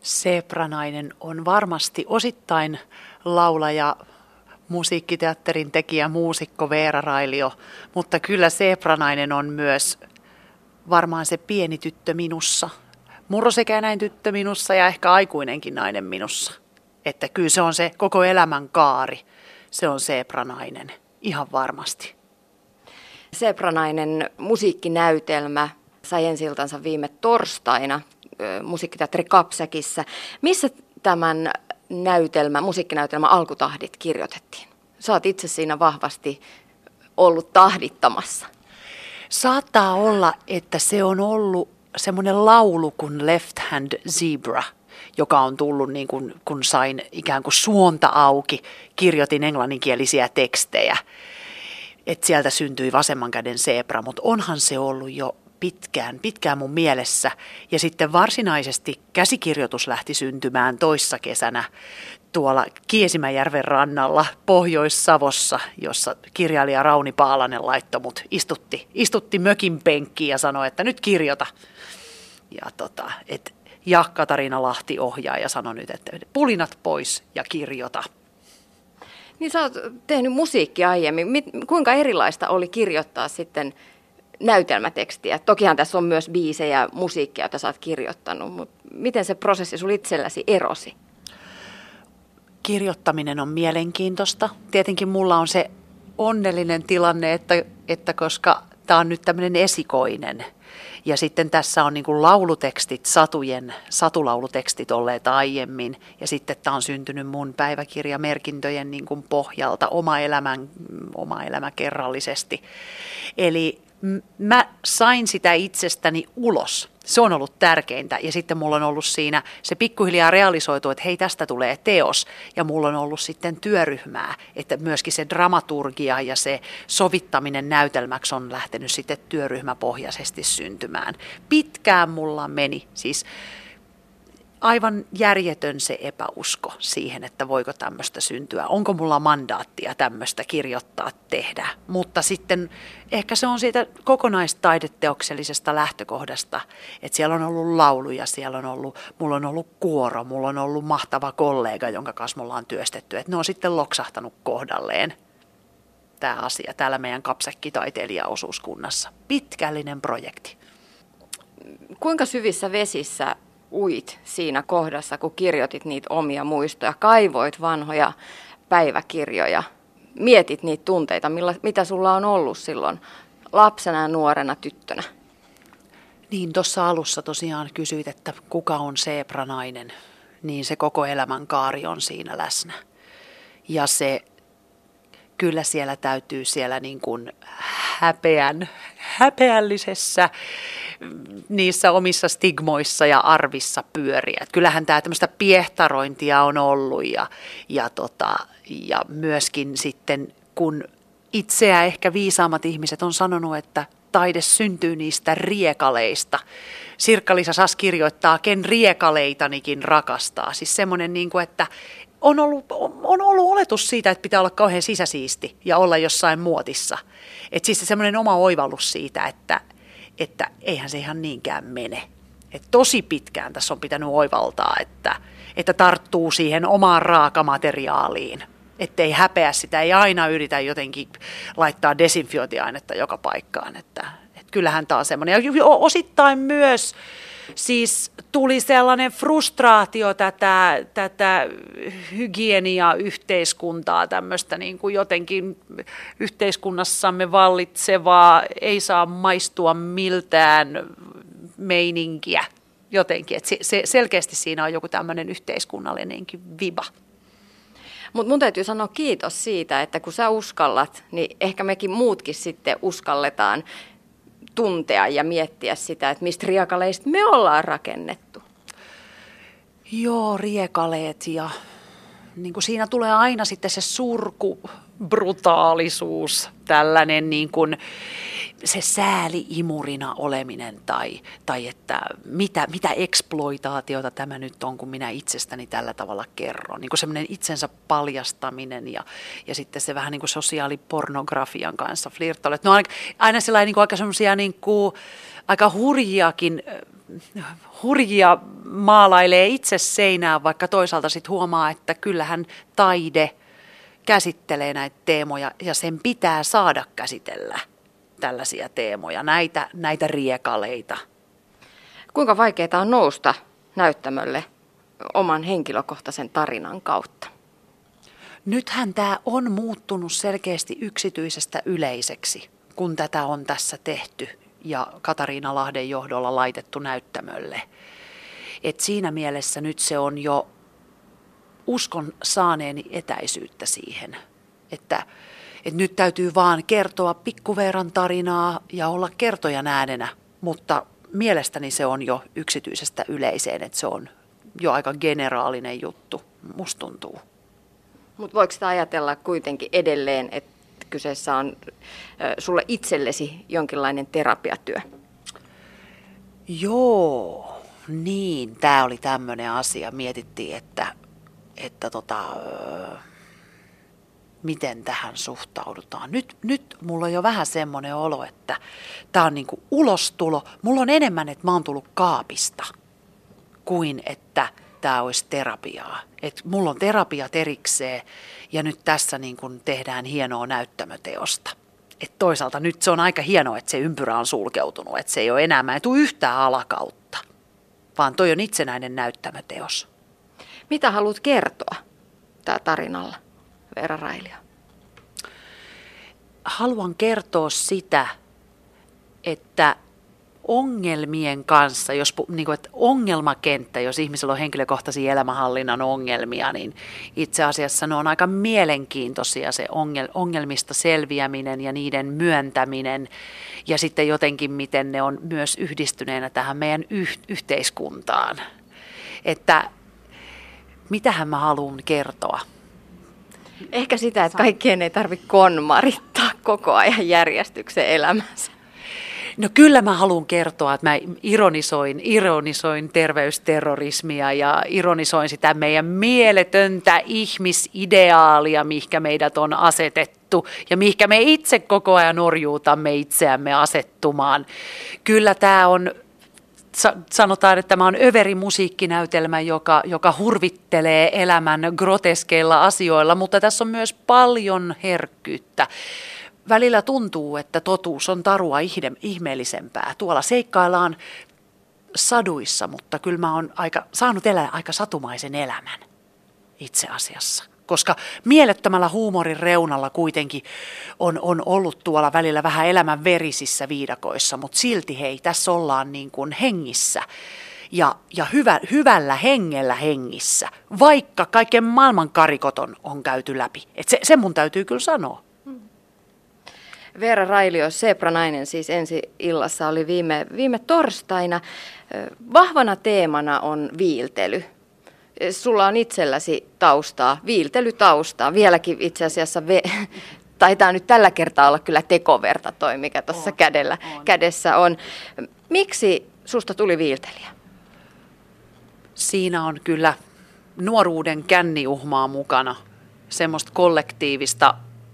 Seepranainen on varmasti osittain laulaja, musiikkiteatterin tekijä, muusikko Veera Railio, mutta kyllä Seepranainen on myös varmaan se pieni tyttö minussa, murrosikäinen tyttö minussa ja ehkä aikuinenkin nainen minussa. Että kyllä se on se koko elämän kaari, se on Seepranainen, ihan varmasti. Seepranainen musiikkinäytelmä sai ensi-iltansa viime torstaina musiikkiteatteri Kapsäkissä. Missä tämän musiikkinäytelmän alkutahdit kirjoitettiin? Sä oot itse siinä vahvasti ollut tahdittamassa. Saattaa olla, että se on ollut semmoinen laulu kuin Left Hand Zebra, joka on tullut niin kuin, kun sain ikään kuin suonta auki, kirjoitin englanninkielisiä tekstejä. Että sieltä syntyi vasemman käden zebra, mutta onhan se ollut jo pitkään mun mielessä. Ja sitten varsinaisesti käsikirjoitus lähti syntymään toissa kesänä tuolla Kiesimäjärven rannalla Pohjois-Savossa, jossa kirjailija Rauni Paalanen laittoi mut istutti mökin penkkiin ja sanoi, että nyt kirjoita. Ja Katariina Lahti ohjaa ja sanoi nyt, että pulinat pois ja kirjoita. Niin sä oot tehnyt musiikkia aiemmin. Kuinka erilaista oli kirjoittaa sitten näytelmätekstiä? Tokihan tässä on myös biisejä ja musiikkia, joita sä oot kirjoittanut, mutta miten se prosessi sulla itselläsi erosi? Kirjoittaminen on mielenkiintoista. Tietenkin mulla on se onnellinen tilanne, että koska tämä on nyt tämmöinen esikoinen ja sitten tässä on niin kuin laulutekstit, satulaulutekstit olleet aiemmin ja sitten tämä on syntynyt mun päiväkirjamerkintöjen niin kuin pohjalta oma elämä kerrallisesti. Eli mä sain sitä itsestäni ulos. Se on ollut tärkeintä ja sitten mulla on ollut siinä, se pikkuhiljaa realisoitu, että hei tästä tulee teos ja mulla on ollut sitten työryhmää, että myöskin se dramaturgia ja se sovittaminen näytelmäksi on lähtenyt sitten työryhmäpohjaisesti syntymään. Pitkään mulla meni, siis aivan järjetön se epäusko siihen, että voiko tämmöistä syntyä. Onko mulla mandaattia tämmöistä kirjoittaa, tehdä. Mutta sitten ehkä se on siitä kokonaistaideteoksellisesta lähtökohdasta, että siellä on ollut lauluja, mulla on ollut kuoro, mulla on ollut mahtava kollega, jonka kanssa mulla on työstetty. Että ne on sitten loksahtanut kohdalleen tämä asia täällä meidän Kapsäkki-taiteilijaosuuskunnassa. Pitkällinen projekti. Kuinka syvissä vesissä uit siinä kohdassa, kun kirjoitit niitä omia muistoja, kaivoit vanhoja päiväkirjoja, mietit niitä tunteita, mitä sulla on ollut silloin lapsena ja nuorena tyttönä? Niin, tuossa alussa tosiaan kysyit, että kuka on Seepranainen, niin se koko elämän kaari on siinä läsnä. Ja se kyllä siellä täytyy siellä niin kuin häpeällisessä niissä omissa stigmoissa ja arvissa pyöriä. Et kyllähän tämä tämmöistä piehtarointia on ollut ja myöskin sitten kun itseä ehkä viisaammat ihmiset on sanonut, että taide syntyy niistä riekaleista. Sirkka-Liisa Sas kirjoittaa, ken riekaleitanikin rakastaa. Siis semmoinen, niin kuin, että on ollut oletus siitä, että pitää olla kauhean sisäsiisti ja olla jossain muotissa. Että siis semmoinen oma oivallus siitä, että eihän se ihan niinkään mene. Et tosi pitkään tässä on pitänyt oivaltaa, että tarttuu siihen omaan raakamateriaaliin. Että ei häpeä sitä, ei aina yritä jotenkin laittaa desinfiointiainetta joka paikkaan. Että kyllähän tämä on semmoinen. Ja osittain myös siis tuli sellainen frustraatio tätä hygienia-yhteiskuntaa, tämmöistä niin kuin jotenkin yhteiskunnassamme vallitsevaa, ei saa maistua miltään meininkiä jotenkin. Että selkeästi siinä on joku tämmöinen yhteiskunnallinenkin viba. Mutta mun täytyy sanoa kiitos siitä, että kun sä uskallat, niin ehkä mekin muutkin sitten uskalletaan tuntea ja miettiä sitä, että mistä riekaleista me ollaan rakennettu. Joo, riekaleet ja niin kuin siinä tulee aina sitten se surku, brutaalisuus, tällainen niin kuin se sääli-imurina oleminen tai että mitä eksploitaatiota tämä nyt on, kun minä itsestäni tällä tavalla kerron. Niin kuin semmoinen itsensä paljastaminen ja sitten se vähän niin kuin sosiaalipornografian kanssa flirttailu. No aina sellainen niin kuin aika semmoisia niin kuin, aika hurjia maalailee itse seinään, vaikka toisaalta sitten huomaa, että kyllähän taide käsittelee näitä teemoja ja sen pitää saada käsitellä tällaisia teemoja, näitä riekaleita. Kuinka vaikeaa on nousta näyttämölle oman henkilökohtaisen tarinan kautta? Nythän tämä on muuttunut selkeästi yksityisestä yleiseksi, kun tätä on tässä tehty ja Katariina Lahden johdolla laitettu näyttämölle. Et siinä mielessä nyt se on jo uskon saaneeni etäisyyttä siihen, että nyt täytyy vaan kertoa pikkuveeran tarinaa ja olla kertojan äänenä, mutta mielestäni se on jo yksityisestä yleiseen, että se on jo aika generaalinen juttu, musta tuntuu. Mutta voiko sitä ajatella kuitenkin edelleen, että kyseessä on sulle itsellesi jonkinlainen terapiatyö? Joo, niin. Tämä oli tämmöinen asia. Mietittiin, että miten tähän suhtaudutaan. Nyt mulla on jo vähän semmoinen olo, että tämä on niinku ulostulo. Mulla on enemmän, että mä oon tullut kaapista, kuin että tämä olisi terapiaa. Et mulla on terapiat erikseen ja nyt tässä niin kun tehdään hienoa näyttämöteosta. Et toisaalta nyt se on aika hienoa, että se ympyrä on sulkeutunut, että se ei ole enää, mä en tule yhtään alakautta, vaan toi on itsenäinen näyttämöteos. Mitä haluat kertoa tällä tarinalla, Veera Railio? Haluan kertoa sitä, että ongelmien kanssa, että ongelmakenttä, jos ihmisellä on henkilökohtaisia elämänhallinnan ongelmia, niin itse asiassa ne on aika mielenkiintoisia se ongelmista selviäminen ja niiden myöntäminen ja sitten jotenkin miten ne on myös yhdistyneenä tähän meidän yhteiskuntaan. Että mitähän mä haluan kertoa? Ehkä sitä, että kaikkien ei tarvitse konmarittaa koko ajan järjestyksen elämänsä. No kyllä mä haluan kertoa, että mä ironisoin terveysterrorismia ja ironisoin sitä meidän mieletöntä ihmisideaalia, mihinkä meidät on asetettu ja mihinkä me itse koko ajan orjuutamme itseämme asettumaan. Kyllä tämä on, sanotaan, että tämä on överi musiikkinäytelmä, joka hurvittelee elämän groteskeilla asioilla, mutta tässä on myös paljon herkkyyttä. Välillä tuntuu, että totuus on tarua ihmeellisempää. Tuolla seikkaillaan saduissa, mutta kyllä mä oon saanut elää aika satumaisen elämän itse asiassa. Koska mielettömällä huumorin reunalla kuitenkin on ollut tuolla välillä vähän elämän verisissä viidakoissa, mutta silti hei, tässä ollaan niin kuin hengissä ja hyvällä hengellä hengissä, vaikka kaiken maailman karikot on käyty läpi. Et se mun täytyy kyllä sanoa. Veera Railio, Seepra-nainen siis ensi illassa oli viime torstaina. Vahvana teemana on viiltely. Sulla on itselläsi viiltelytaustaa. Vieläkin itse asiassa taitaa nyt tällä kertaa olla kyllä tekoverta toi, mikä tuossa kädessä on. Miksi susta tuli viiltelijä? Siinä on kyllä nuoruuden känniuhmaa mukana. Semmoista kollektiivista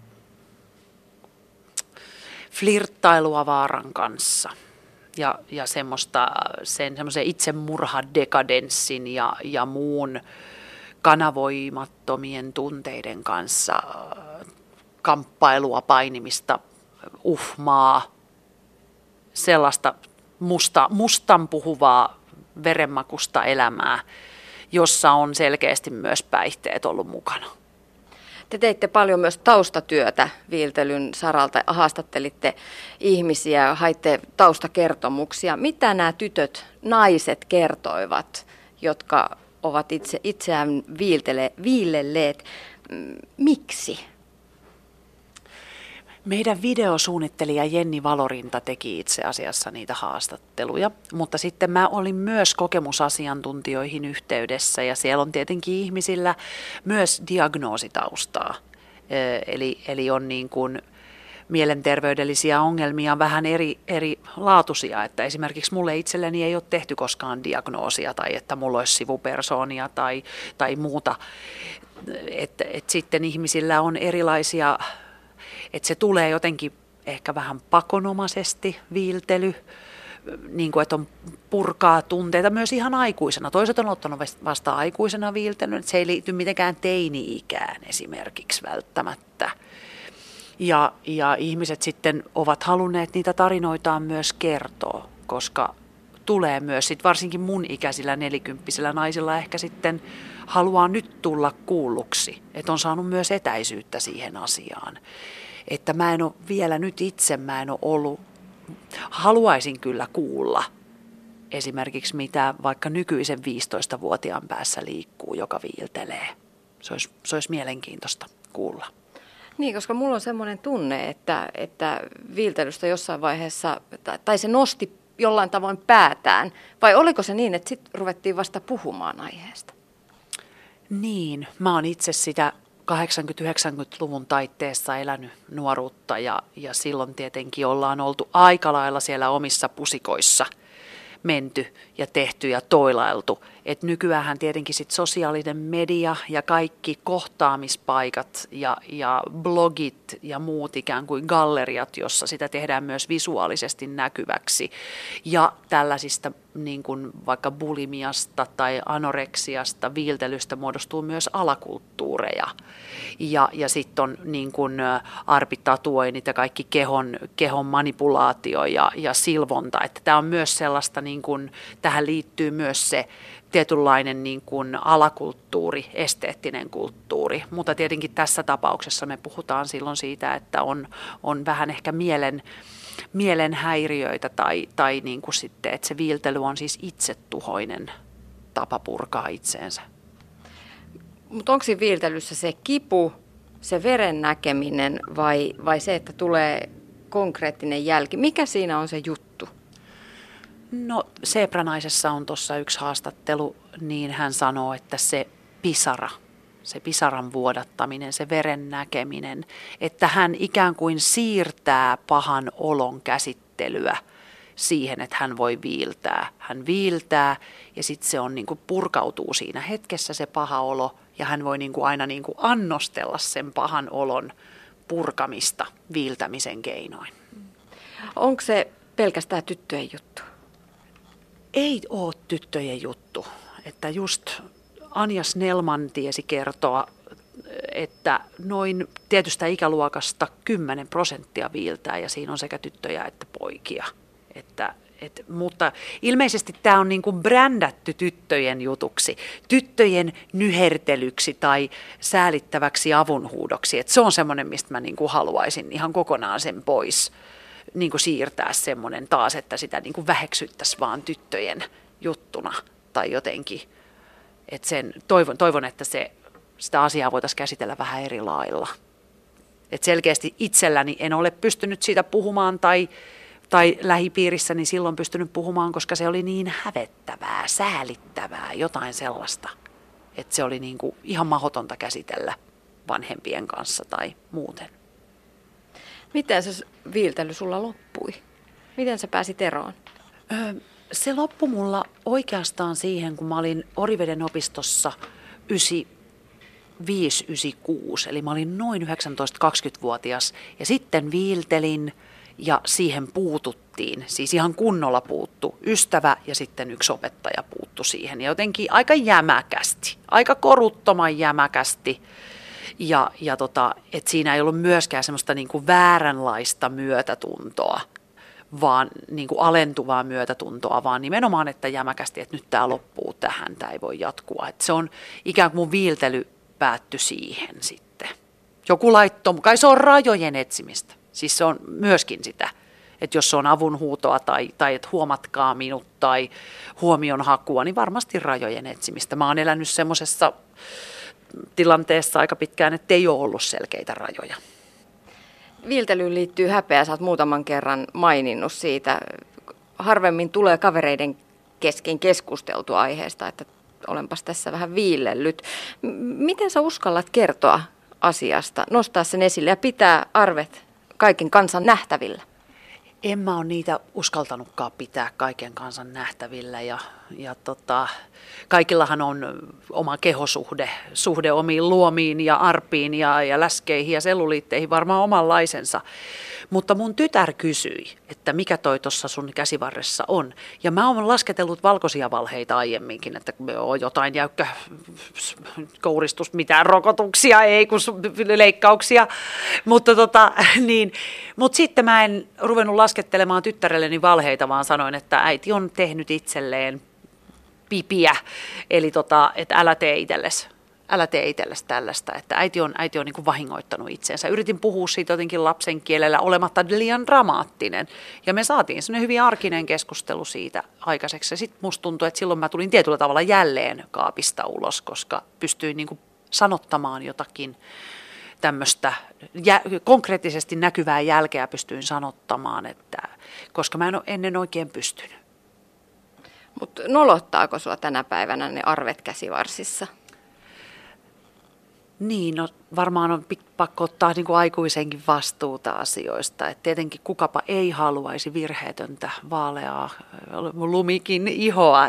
flirttailua vaaran kanssa ja semmoisen itsemurhadekadenssin ja muun kanavoimattomien tunteiden kanssa kamppailua, painimista, uhmaa, sellaista mustan puhuvaa verenmakusta elämää, jossa on selkeästi myös päihteet ollut mukana. Te teitte paljon myös taustatyötä viiltelyn saralta, haastattelitte ihmisiä, haitte taustakertomuksia. Mitä nämä naiset kertoivat, jotka ovat itseään viillelleet? Miksi? Meidän videosuunnittelija Jenni Valorinta teki itse asiassa niitä haastatteluja, mutta sitten mä olin myös kokemusasiantuntijoihin yhteydessä ja siellä on tietenkin ihmisillä myös diagnoositaustaa. Eli on niin kuin mielenterveydellisiä ongelmia vähän eri laatuisia, että esimerkiksi mulle itselleni ei ole tehty koskaan diagnoosia tai että mulla olisi sivupersoonia tai muuta, että sitten ihmisillä on erilaisia, että se tulee jotenkin ehkä vähän pakonomaisesti viiltely, niin kuin, että on purkaa tunteita myös ihan aikuisena. Toiset on ottanut vasta aikuisena viiltelyn, että se ei liity mitenkään teini-ikään esimerkiksi välttämättä. Ja ihmiset sitten ovat halunneet niitä tarinoitaan myös kertoa, koska tulee myös sit varsinkin mun ikäisillä 40-vuotiailla naisilla ehkä sitten haluaa nyt tulla kuulluksi, että on saanut myös etäisyyttä siihen asiaan. Että mä en ole vielä nyt itse, mä en ole ollut, haluaisin kyllä kuulla esimerkiksi mitä vaikka nykyisen 15-vuotiaan päässä liikkuu, joka viiltelee. Se olisi mielenkiintoista kuulla. Niin, koska mulla on semmoinen tunne, että viiltelystä jossain vaiheessa, tai se nosti jollain tavoin päätään, vai oliko se niin, että sitten ruvettiin vasta puhumaan aiheesta? Niin, mä oon itse sitä 80-90-luvun taitteessa elänyt nuoruutta ja silloin tietenkin ollaan oltu aika lailla siellä omissa pusikoissa menty ja tehty ja toilailtu. Et nykyäänhän tietenkin sit sosiaalinen media ja kaikki kohtaamispaikat ja blogit ja muut ikään kuin galleriat, jossa sitä tehdään myös visuaalisesti näkyväksi. Ja tällaisista niin kuin vaikka bulimiasta tai anoreksiasta, viiltelystä muodostuu myös alakulttuureja. Ja sitten on niin kuin arpitatuoinnit ja kaikki kehon manipulaatio ja silvonta. Että tämä on myös sellaista, niin kuin, tähän liittyy myös se tietynlainen niin kuin alakulttuuri, esteettinen kulttuuri. Mutta tietenkin tässä tapauksessa me puhutaan silloin siitä, että on vähän ehkä mielen häiriöitä tai niin kuin sitten, että se viiltely on siis itsetuhoinen tapa purkaa itseensä. Mutta onko siinä viiltelyssä se kipu, se veren näkeminen vai se, että tulee konkreettinen jälki? Mikä siinä on se juttu? No Seepranaisessa on tuossa yksi haastattelu, niin hän sanoo, että se pisaran vuodattaminen, se veren näkeminen, että hän ikään kuin siirtää pahan olon käsittelyä siihen, että hän voi viiltää. Hän viiltää ja sitten se on niin kuin purkautuu siinä hetkessä se paha olo ja hän voi niin kuin aina niin kuin annostella sen pahan olon purkamista viiltämisen keinoin. Onko se pelkästään tyttöjen juttu? Ei ole tyttöjen juttu. Että just Anja Snellman tiesi kertoa, että noin tietystä ikäluokasta 10% viiltää ja siinä on sekä tyttöjä että poikia. Mutta ilmeisesti tämä on niin kuin brändätty tyttöjen jutuksi, tyttöjen nyhertelyksi tai säälittäväksi avunhuudoksi. Et se on semmoinen, mistä mä niin kuin haluaisin ihan kokonaan sen pois niin kuin siirtää semmoinen taas, että sitä niin kuin väheksyttäisiin vaan tyttöjen juttuna tai jotenkin. Et toivon, että sitä asiaa voitaisiin käsitellä vähän eri lailla. Et selkeästi itselläni en ole pystynyt siitä puhumaan tai lähipiirissäni silloin pystynyt puhumaan, koska se oli niin hävettävää, säälittävää, jotain sellaista. Että se oli niin kuin ihan mahdotonta käsitellä vanhempien kanssa tai muuten. Miten se viiltely sulla loppui? Miten sä pääsit eroon? Se loppui mulla oikeastaan siihen, kun mä olin Oriveden opistossa 95-96, eli mä olin noin 19-20-vuotias ja sitten viiltelin ja siihen puututtiin, siis ihan kunnolla puuttu. Ystävä ja sitten yksi opettaja puuttu siihen ja jotenkin aika jämäkästi, aika koruttoman jämäkästi. Et siinä ei ollut myöskään semmoista niin kuin vääränlaista myötätuntoa, vaan niin kuin alentuvaa myötätuntoa, vaan nimenomaan, että jämäkästi, että nyt tämä loppuu tähän, tämä ei voi jatkua. Et se on ikään kuin mun viiltely päättyi siihen sitten. Joku kai se on rajojen etsimistä. Siis se on myöskin sitä, että jos se on avunhuutoa tai että huomatkaa minut tai huomion hakua, niin varmasti rajojen etsimistä. Mä oon elänyt semmoisessa tilanteessa aika pitkään, että ei ole ollut selkeitä rajoja. Viiltelyyn liittyy häpeä, sä oot muutaman kerran maininnut siitä. Harvemmin tulee kavereiden kesken keskusteltua aiheesta, että olenpas tässä vähän viillellyt. Miten sä uskallat kertoa asiasta, nostaa sen esille ja pitää arvet kaiken kansan nähtävillä? En mä ole niitä uskaltanutkaan pitää kaiken kansan nähtävillä kaikillahan on oma kehosuhde omiin luomiin ja arpiin ja läskeihin ja selluliitteihin varmaan omanlaisensa. Mutta mun tytär kysyi, että mikä toi tuossa sun käsivarressa on. Ja mä oon lasketellut valkoisia valheita aiemminkin, että on jotain jäykkä kouristus, mitään rokotuksia, ei kun leikkauksia. Mutta Mut sitten mä en ruvennut laskettelemaan tyttärelleni valheita, vaan sanoin, että äiti on tehnyt itselleen pipiä, eli että älä tee itsellesi tällaista, että äiti on niin kuin vahingoittanut itsensä. Yritin puhua siitä jotenkin lapsen kielellä olematta liian dramaattinen, ja me saatiin sellainen hyvin arkinen keskustelu siitä aikaiseksi. Sitten musta tuntui, että silloin mä tulin tietyllä tavalla jälleen kaapista ulos, koska pystyin niin kuin sanottamaan jotakin tämmöistä konkreettisesti näkyvää jälkeä pystyin sanottamaan, koska mä en ole ennen oikein pystynyt. Mutta nolottaako sua tänä päivänä ne arvet käsivarsissa? Niin, no varmaan on pakko ottaa niin kuin aikuisenkin vastuuta asioista. Et tietenkin kukapa ei haluaisi virheetöntä vaaleaa lumikin ihoa,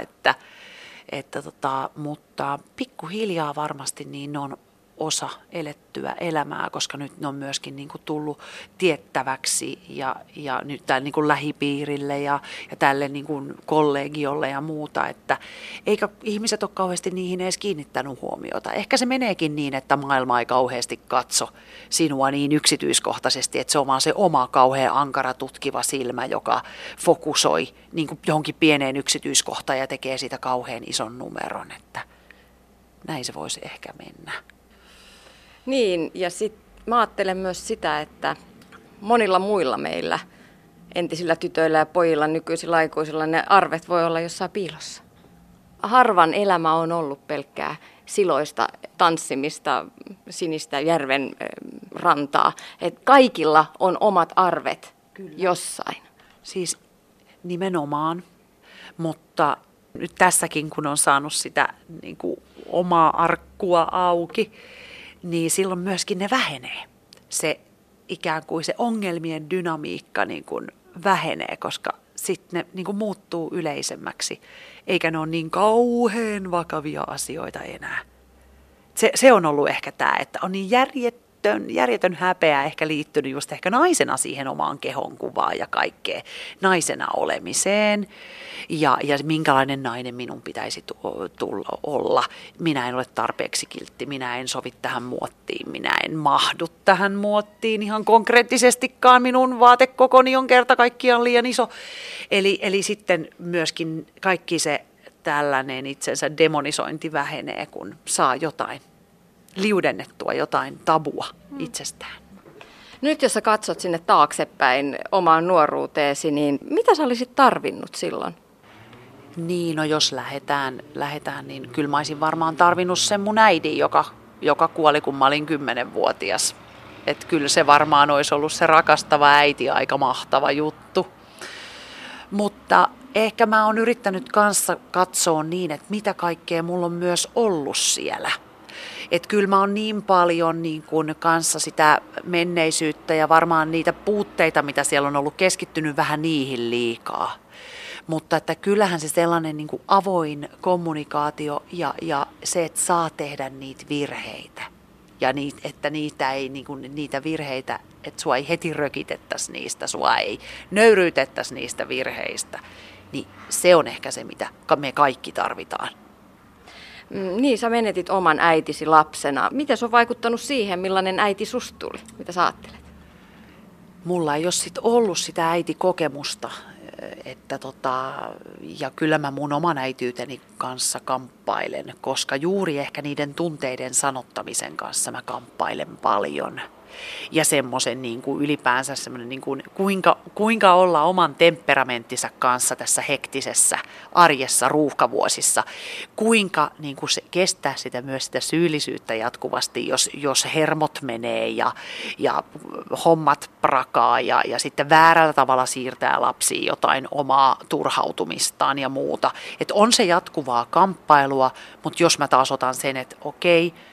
mutta pikkuhiljaa varmasti niin ne on osa elettyä elämää, koska nyt ne on myöskin niin kuin tullut tiettäväksi ja nyt tälle niin kuin lähipiirille ja tälle niin kuin kollegiolle ja muuta, että eikä ihmiset ole kauheasti niihin edes kiinnittänyt huomiota. Ehkä se meneekin niin, että maailma ei kauheasti katso sinua niin yksityiskohtaisesti, että se on vaan se oma kauhean ankara tutkiva silmä, joka fokusoi niin kuin johonkin pieneen yksityiskohtaan ja tekee siitä kauhean ison numeron, että näin se voisi ehkä mennä. Niin, ja sitten mä ajattelen myös sitä, että monilla muilla meillä, entisillä tytöillä ja pojilla, nykyisillä aikuisilla, ne arvet voi olla jossain piilossa. Harvan elämä on ollut pelkkää siloista tanssimista, sinistä järven rantaa. Et kaikilla on omat arvet. Kyllä. Jossain. Siis nimenomaan, mutta nyt tässäkin kun on saanut sitä niin kuin omaa arkkua auki, niin silloin myöskin ne vähenee. Se ikään kuin se ongelmien dynamiikka niin kuin vähenee, koska sitten ne niin kuin muuttuu yleisemmäksi, eikä ne ole niin kauhean vakavia asioita enää. Se on ollut ehkä tämä, että on niin järjetön häpeä ehkä liittynyt just ehkä naisena siihen omaan kehonkuvaan ja kaikkeen naisena olemiseen ja minkälainen nainen minun pitäisi olla. Minä en ole tarpeeksi kiltti, minä en sovi tähän muottiin, minä en mahdu tähän muottiin ihan konkreettisestikaan, minun vaatekokoni on kerta kaikkiaan liian iso. Eli sitten myöskin kaikki se tällainen itsensä demonisointi vähenee, kun saa jotain liudennettua, jotain tabua itsestään. Nyt jos sä katsot sinne taaksepäin omaan nuoruuteesi, niin mitä sä olisit tarvinnut silloin? Niin, no jos lähdetään niin kyllä mä olisin varmaan tarvinnut sen mun äidin, joka kuoli, kun mä olin 10-vuotias. Että kyllä se varmaan olisi ollut se rakastava äiti, aika mahtava juttu. Mutta ehkä mä oon yrittänyt kanssa katsoa niin, että mitä kaikkea mulla on myös ollut siellä. Että kyllä mä oon niin paljon niin kuin kanssa sitä menneisyyttä ja varmaan niitä puutteita, mitä siellä on ollut, keskittynyt vähän niihin liikaa. Mutta että kyllähän se sellainen niin kuin avoin kommunikaatio ja se, että saa tehdä niitä virheitä. Ja että niitä ei, niin kuin, niitä virheitä, että sua ei heti rökitettäisi niistä, sua ei nöyryytettäisi niistä virheistä. Niin se on ehkä se, mitä me kaikki tarvitaan. Niin, sä menetit oman äitisi lapsena. Miten se on vaikuttanut siihen, millainen äiti susta tuli? Mitä sä ajattelet? Mulla ei ole ollut sitä äitikokemusta. Ja kyllä mä mun oman äityyteni kanssa kamppailen, koska juuri ehkä niiden tunteiden sanottamisen kanssa mä kamppailen paljon. Ja semmoisen niin kuin ylipäänsä semmoinen, niin kuin, kuinka olla oman temperamenttinsa kanssa tässä hektisessä arjessa, ruuhkavuosissa. Kuinka niin kuin se kestää sitä myös sitä syyllisyyttä jatkuvasti, jos hermot menee ja hommat prakaa ja sitten väärällä tavalla siirtää lapsiin jotain omaa turhautumistaan ja muuta. Että on se jatkuvaa kamppailua, mutta jos mä taas otan sen, että okei,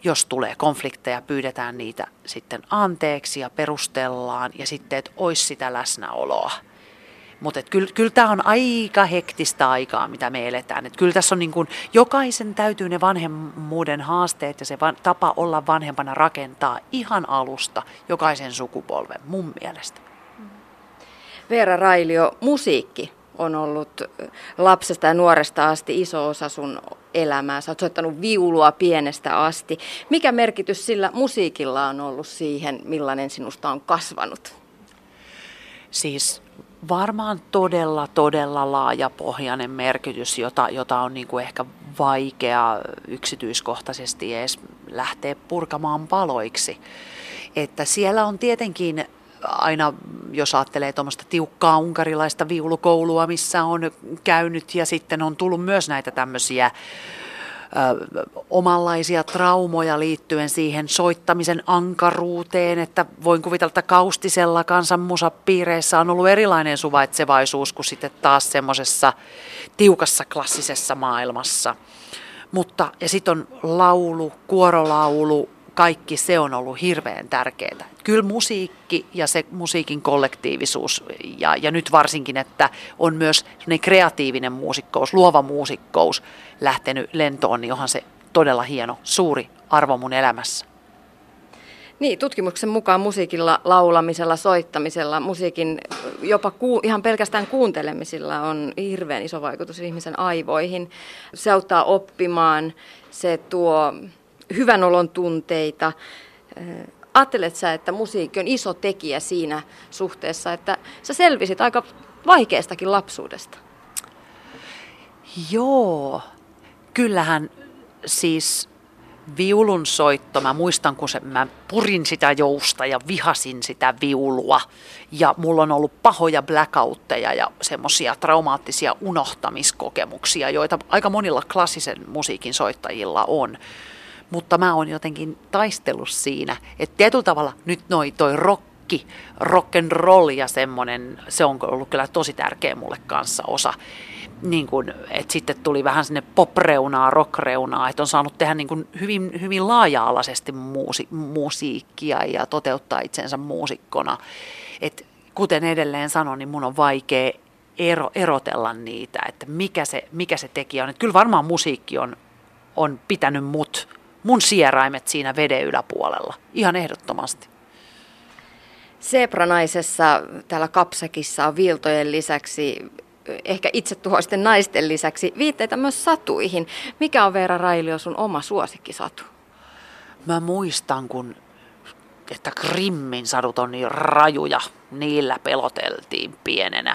jos tulee konflikteja, pyydetään niitä sitten anteeksi ja perustellaan ja sitten, että olisi sitä läsnäoloa. Mutta kyllä tämä on aika hektistä aikaa, mitä me eletään. Et kyllä tässä on niin kun, jokaisen täytyy ne vanhemmuuden haasteet ja se tapa olla vanhempana rakentaa ihan alusta jokaisen sukupolven mun mielestä. Veera Railio, musiikki on ollut lapsesta ja nuoresta asti iso osa sun elämää. Sä oot soittanut viulua pienestä asti. Mikä merkitys sillä musiikilla on ollut siihen, millainen sinusta on kasvanut? Siis varmaan todella laajapohjainen merkitys, jota on niin kuin ehkä vaikea yksityiskohtaisesti edes lähteä purkamaan paloiksi. Että siellä on tietenkin aina, jos ajattelee tuommoista tiukkaa unkarilaista viulukoulua, missä on käynyt ja sitten on tullut myös näitä tämmöisiä omanlaisia traumoja liittyen siihen soittamisen ankaruuteen, että voin kuvitella, että Kaustisella kansanmusapiireissä on ollut erilainen suvaitsevaisuus kuin sitten taas semmoisessa tiukassa klassisessa maailmassa. Ja sitten on laulu, kuorolaulu, kaikki se on ollut hirveän tärkeää. Kyllä musiikki ja se musiikin kollektiivisuus ja nyt varsinkin, että on myös kreatiivinen muusikkous, luova muusikkous lähtenyt lentoon, niin onhan se todella hieno, suuri arvo mun elämässä. Niin, tutkimuksen mukaan musiikilla, laulamisella, soittamisella, musiikin jopa ihan pelkästään kuuntelemisilla on hirveän iso vaikutus ihmisen aivoihin. Se auttaa oppimaan, se tuo hyvän olon tunteita. Ajattelet sä, että musiikki on iso tekijä siinä suhteessa, että sä selvisit aika vaikeastakin lapsuudesta? Joo, kyllähän siis viulun soitto, mä muistan kun mä purin sitä jousta ja vihasin sitä viulua ja mulla on ollut pahoja blackoutteja ja semmoisia traumaattisia unohtamiskokemuksia, joita aika monilla klassisen musiikin soittajilla on. Mutta mä oon jotenkin taistellut siinä, että tietyllä tavalla nyt toi rock and roll ja semmoinen, se on ollut kyllä tosi tärkeä mulle kanssa osa. Niin kun, että sitten tuli vähän sinne pop-reunaa, rock-reunaa, että on saanut tehdä niin kun hyvin laaja-alaisesti musiikkia ja toteuttaa itsensä muusikkona. Et kuten edelleen sanoin, niin mun on vaikea erotella niitä, että mikä se tekijä on. Et kyllä varmaan musiikki on pitänyt mun sieraimet siinä veden yläpuolella, ihan ehdottomasti. Seepranaisessa täällä Kapsakissa on viiltojen lisäksi, ehkä itsetuhoisten naisten lisäksi, viitteitä myös satuihin. Mikä on Veera Railio sun oma suosikkisatu? Mä muistan, että Grimmin sadut on niin rajuja, niillä peloteltiin pienenä.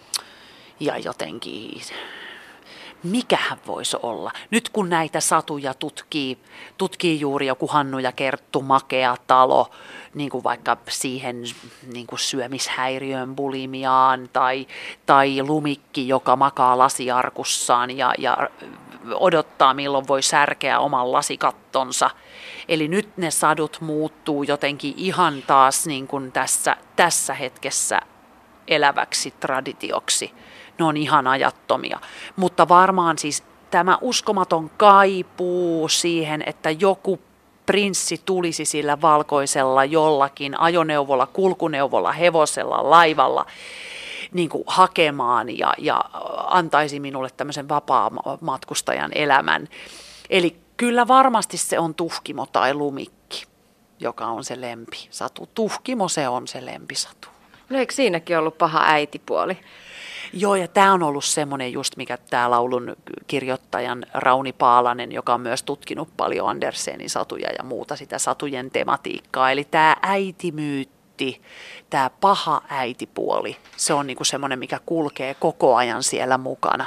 Ja jotenkin, mikähän voisi olla? Nyt kun näitä satuja tutkii juuri joku Hannu ja Kerttu Makea talo, niin kuin vaikka siihen niin kuin syömishäiriön bulimiaan tai Lumikki, joka makaa lasiarkussaan ja odottaa milloin voi särkeä oman lasikattonsa. Eli nyt ne sadut muuttuu jotenkin ihan taas niin kuin tässä hetkessä eläväksi traditioksi. Ne on ihan ajattomia, mutta varmaan siis tämä uskomaton kaipuu siihen, että joku prinssi tulisi sillä valkoisella jollakin ajoneuvolla, kulkuneuvolla, hevosella, laivalla niin kuin hakemaan ja antaisi minulle tämmöisen vapaa-matkustajan elämän. Eli kyllä varmasti se on Tuhkimo tai Lumikki, joka on se lempisatu. Tuhkimo se on se lempisatu. No eikö siinäkin ollut paha äitipuoli? Joo, ja tämä on ollut semmoinen just, mikä tämä laulun kirjoittajan Rauni Paalanen, joka on myös tutkinut paljon Andersenin satuja ja muuta sitä satujen tematiikkaa. Eli tämä äitimyytti, tämä paha äitipuoli, se on niinku semmoinen, mikä kulkee koko ajan siellä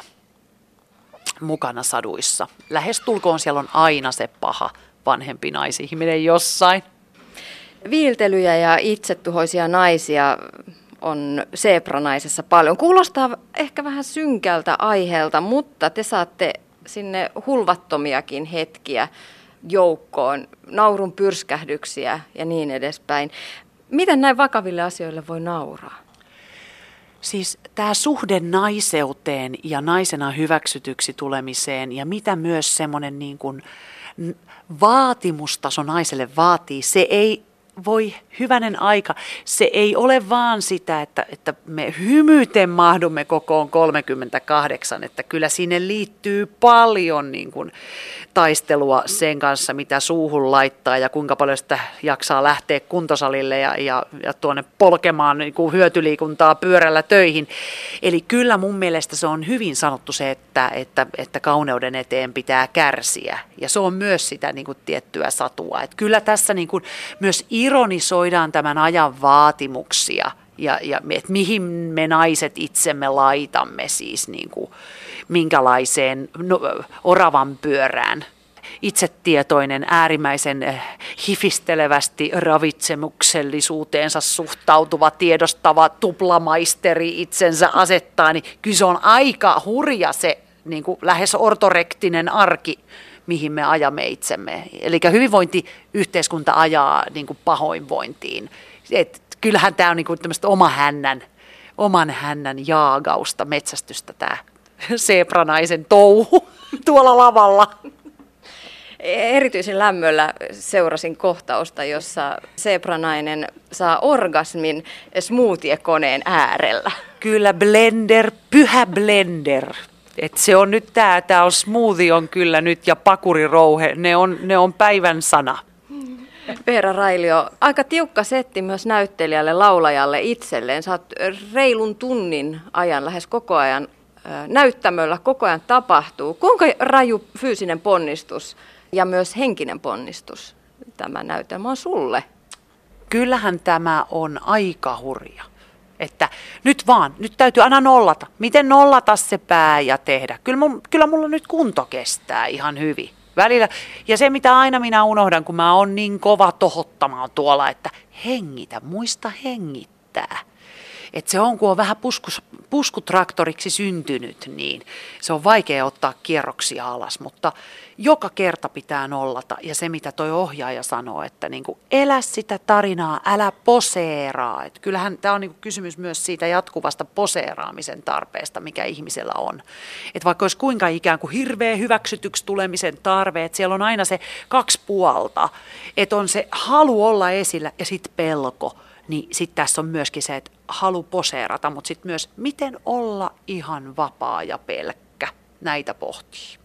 mukana saduissa. Lähestulkoon siellä on aina se paha vanhempi naisihminen jossain. Viiltelyjä ja itsetuhoisia naisia on Seepranaisessa paljon. Kuulostaa ehkä vähän synkältä aiheelta, mutta te saatte sinne hulvattomiakin hetkiä joukkoon, naurun pyrskähdyksiä ja niin edespäin. Miten näin vakaville asioille voi nauraa? Siis tämä suhde naiseuteen ja naisena hyväksytyksi tulemiseen ja mitä myös semmoinen niin kuin vaatimustaso naiselle vaatii, se ei voi hyvänen aika, se ei ole vaan sitä, että me hymyten mahdumme kokoon 38, että kyllä sinne liittyy paljon niin kuin taistelua sen kanssa, mitä suuhun laittaa ja kuinka paljon sitä jaksaa lähteä kuntosalille ja tuonne polkemaan niin kuin hyötyliikuntaa pyörällä töihin. Eli kyllä mun mielestä se on hyvin sanottu se, että kauneuden eteen pitää kärsiä ja se on myös sitä niin kuin tiettyä satua. Että kyllä tässä niin kuin myös ironisoidaan tämän ajan vaatimuksia ja että mihin me naiset itsemme laitamme siis niin kuin, minkälaiseen oravan pyörään. Itsetietoinen, äärimmäisen hifistelevästi ravitsemuksellisuuteensa suhtautuva, tiedostava tuplamaisteri itsensä asettaa, niin kyllä se on aika hurja se niin kuin lähes ortorektinen arki, mihin me ajamme itsemme. Eli hyvinvointiyhteiskunta ajaa niin kuin pahoinvointiin. Et kyllähän tämä on niin kuin tämmöistä oman hännän jaagausta, metsästystä tämä seepranaisen touhu tuolla lavalla. Erityisen lämmöllä seurasin kohtausta, jossa seepranainen saa orgasmin smoothie-koneen äärellä. Kyllä blender, pyhä blender. Et se on nyt tämä on smoothie on kyllä nyt ja pakurirouhe, ne on päivän sana. Veera Railio, aika tiukka setti myös näyttelijälle, laulajalle itselleen. Sä oot reilun tunnin ajan, lähes koko ajan näyttämöllä, koko ajan tapahtuu. Kuinka raju fyysinen ponnistus ja myös henkinen ponnistus tämä näytelmä on sulle? Kyllähän tämä on aika hurja. Että nyt täytyy aina nollata. Miten nollata se pää ja tehdä? Kyllä mulla nyt kunto kestää ihan hyvin. Välillä. Ja se, mitä aina minä unohdan, kun mä oon niin kova tohottamaan tuolla, että hengitä, muista hengittää. Että se on, kun on vähän puskutraktoriksi syntynyt, niin se on vaikea ottaa kierroksia alas, mutta joka kerta pitää nollata. Ja se, mitä toi ohjaaja sanoo, että niin kuin, elä sitä tarinaa, älä poseeraa. Et kyllähän tämä on niin kuin kysymys myös siitä jatkuvasta poseeraamisen tarpeesta, mikä ihmisellä on. Että vaikka olisi kuinka ikään kuin hirveä hyväksytyksi tulemisen tarve, että siellä on aina se kaksi puolta, että on se halu olla esillä ja sitten pelko. Niin sitten tässä on myöskin se, että halu poseerata, mutta sitten myös miten olla ihan vapaa ja pelkkä, näitä pohtii.